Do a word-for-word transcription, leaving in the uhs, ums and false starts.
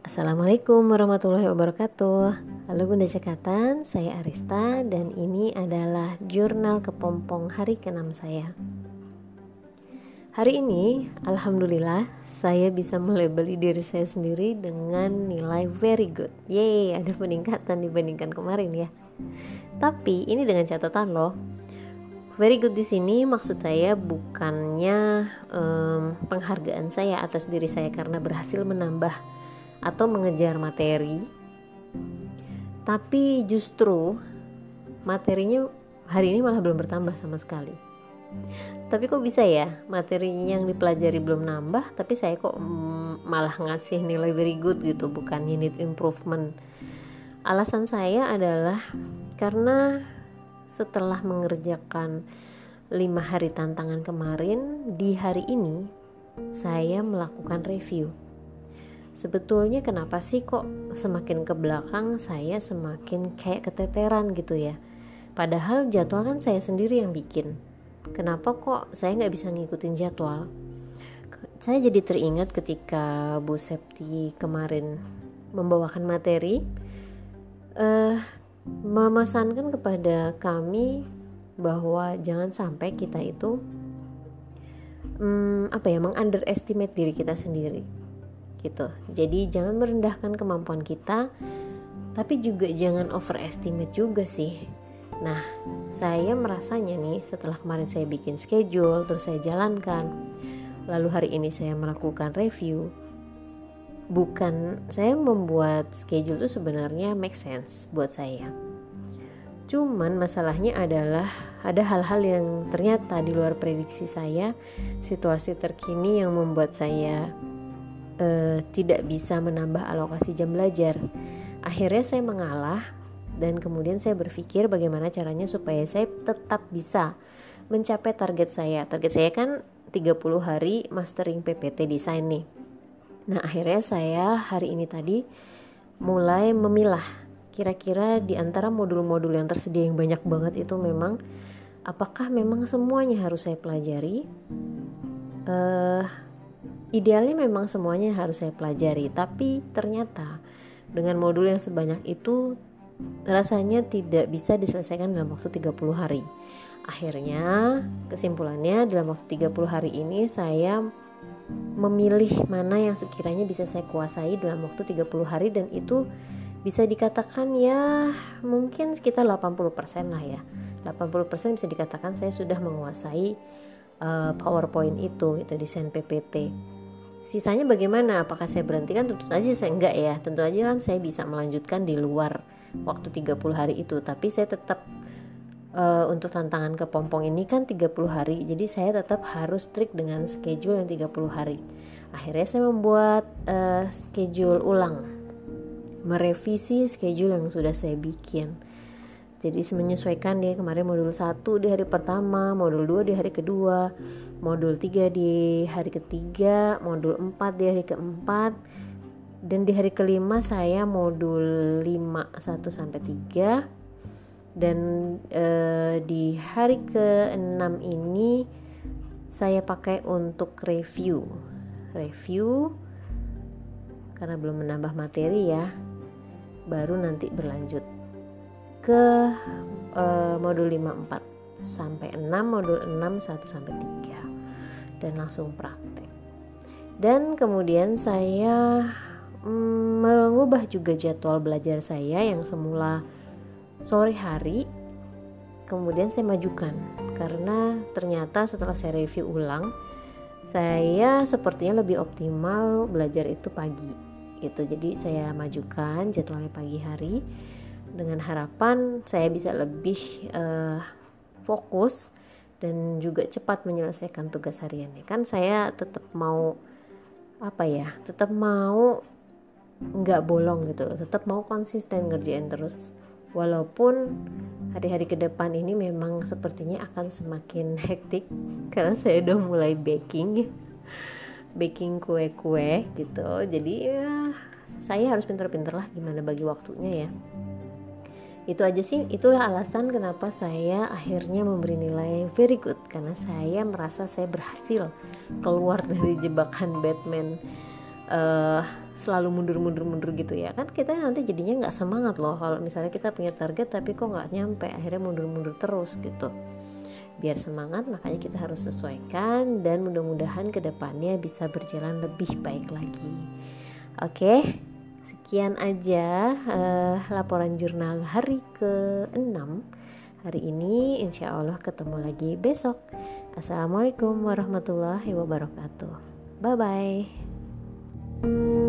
Assalamualaikum warahmatullahi wabarakatuh. Halo Bunda Cekatan, saya Arista dan ini adalah jurnal kepompong hari keenam saya. Hari ini, alhamdulillah, saya bisa melabeli diri saya sendiri dengan nilai very good. Yeay, ada peningkatan dibandingkan kemarin ya. Tapi ini dengan catatan loh. Very good di sini maksud saya bukannya um, penghargaan saya atas diri saya karena berhasil menambah atau mengejar materi, tapi justru materinya hari ini malah belum bertambah sama sekali. Tapi kok bisa ya materi yang dipelajari belum nambah, tapi saya kok mm, malah ngasih nilai very good gitu, bukan need improvement. Alasan saya adalah karena setelah mengerjakan lima hari tantangan kemarin, di hari ini saya melakukan review. Sebetulnya kenapa sih kok semakin ke belakang saya semakin kayak keteteran gitu ya. Padahal jadwal kan saya sendiri yang bikin. Kenapa kok saya gak bisa ngikutin jadwal? Saya jadi teringat ketika Bu Septi kemarin membawakan materi, uh, memesankan kepada kami bahwa jangan sampai kita itu um, apa ya, meng-underestimate diri kita sendiri. Gitu. Jadi jangan merendahkan kemampuan kita, tapi juga jangan overestimate juga sih. Nah, saya merasanya nih setelah kemarin saya bikin schedule, terus saya jalankan, lalu hari ini saya melakukan review. Bukan saya membuat schedule itu sebenarnya make sense buat saya. Cuman masalahnya adalah ada hal-hal yang ternyata di luar prediksi saya, situasi terkini yang membuat saya Uh, tidak bisa menambah alokasi jam belajar. Akhirnya saya mengalah dan kemudian saya berpikir bagaimana caranya supaya saya tetap bisa mencapai target saya. Target saya kan tiga puluh hari mastering P P T desain nih. Nah, akhirnya saya hari ini tadi mulai memilah kira-kira di antara modul-modul yang tersedia yang banyak banget itu memang apakah memang semuanya harus saya pelajari. Uh, Idealnya memang semuanya harus saya pelajari, tapi ternyata dengan modul yang sebanyak itu rasanya tidak bisa diselesaikan dalam waktu tiga puluh hari. Akhirnya kesimpulannya dalam waktu tiga puluh hari ini saya memilih mana yang sekiranya bisa saya kuasai dalam waktu tiga puluh hari, dan itu bisa dikatakan ya mungkin sekitar delapan puluh persen lah ya. delapan puluh persen bisa dikatakan saya sudah menguasai uh, PowerPoint itu, itu desain P P T. Sisanya bagaimana? Apakah saya berhentikan? Tentu saja saya enggak ya. Tentu aja kan saya bisa melanjutkan di luar waktu tiga puluh hari itu. Tapi saya tetap uh, untuk tantangan kepompong ini kan tiga puluh hari. Jadi saya tetap harus strict dengan schedule yang tiga puluh hari. Akhirnya saya membuat uh, schedule ulang, merevisi schedule yang sudah saya bikin. Jadi menyesuaikan dia kemarin modul satu di hari pertama, modul dua di hari kedua, modul tiga di hari ketiga, modul empat di hari keempat, dan di hari kelima saya modul lima satu sampai tiga, dan eh, di hari keenam ini saya pakai untuk review review karena belum menambah materi ya, baru nanti berlanjut ke uh, modul lima empat sampai enam, modul enam satu sampai tiga, dan langsung praktek. Dan kemudian saya mm, mengubah juga jadwal belajar saya yang semula sore hari, kemudian saya majukan karena ternyata setelah saya review ulang, saya sepertinya lebih optimal belajar itu pagi gitu. Jadi saya majukan jadwalnya pagi hari dengan harapan saya bisa lebih uh, fokus dan juga cepat menyelesaikan tugas hariannya. Kan saya tetap mau apa ya, tetap mau nggak bolong gitu loh, tetap mau konsisten ngerjain terus. Walaupun hari-hari ke depan ini memang sepertinya akan semakin hektik karena saya udah mulai baking, baking kue-kue gitu. Jadi ya saya harus pinter-pinter lah gimana bagi waktunya ya. Itu aja sih, itulah alasan kenapa saya akhirnya memberi nilai very good, karena saya merasa saya berhasil keluar dari jebakan Batman uh, selalu mundur-mundur-mundur gitu ya kan, kita nanti jadinya nggak semangat loh kalau misalnya kita punya target tapi kok nggak nyampe, akhirnya mundur-mundur terus gitu. Biar semangat makanya kita harus sesuaikan, dan mudah-mudahan kedepannya bisa berjalan lebih baik lagi. Oke, sekian aja uh, laporan jurnal hari keenam hari ini. Insya Allah ketemu lagi besok. Assalamualaikum warahmatullahi wabarakatuh. Bye bye.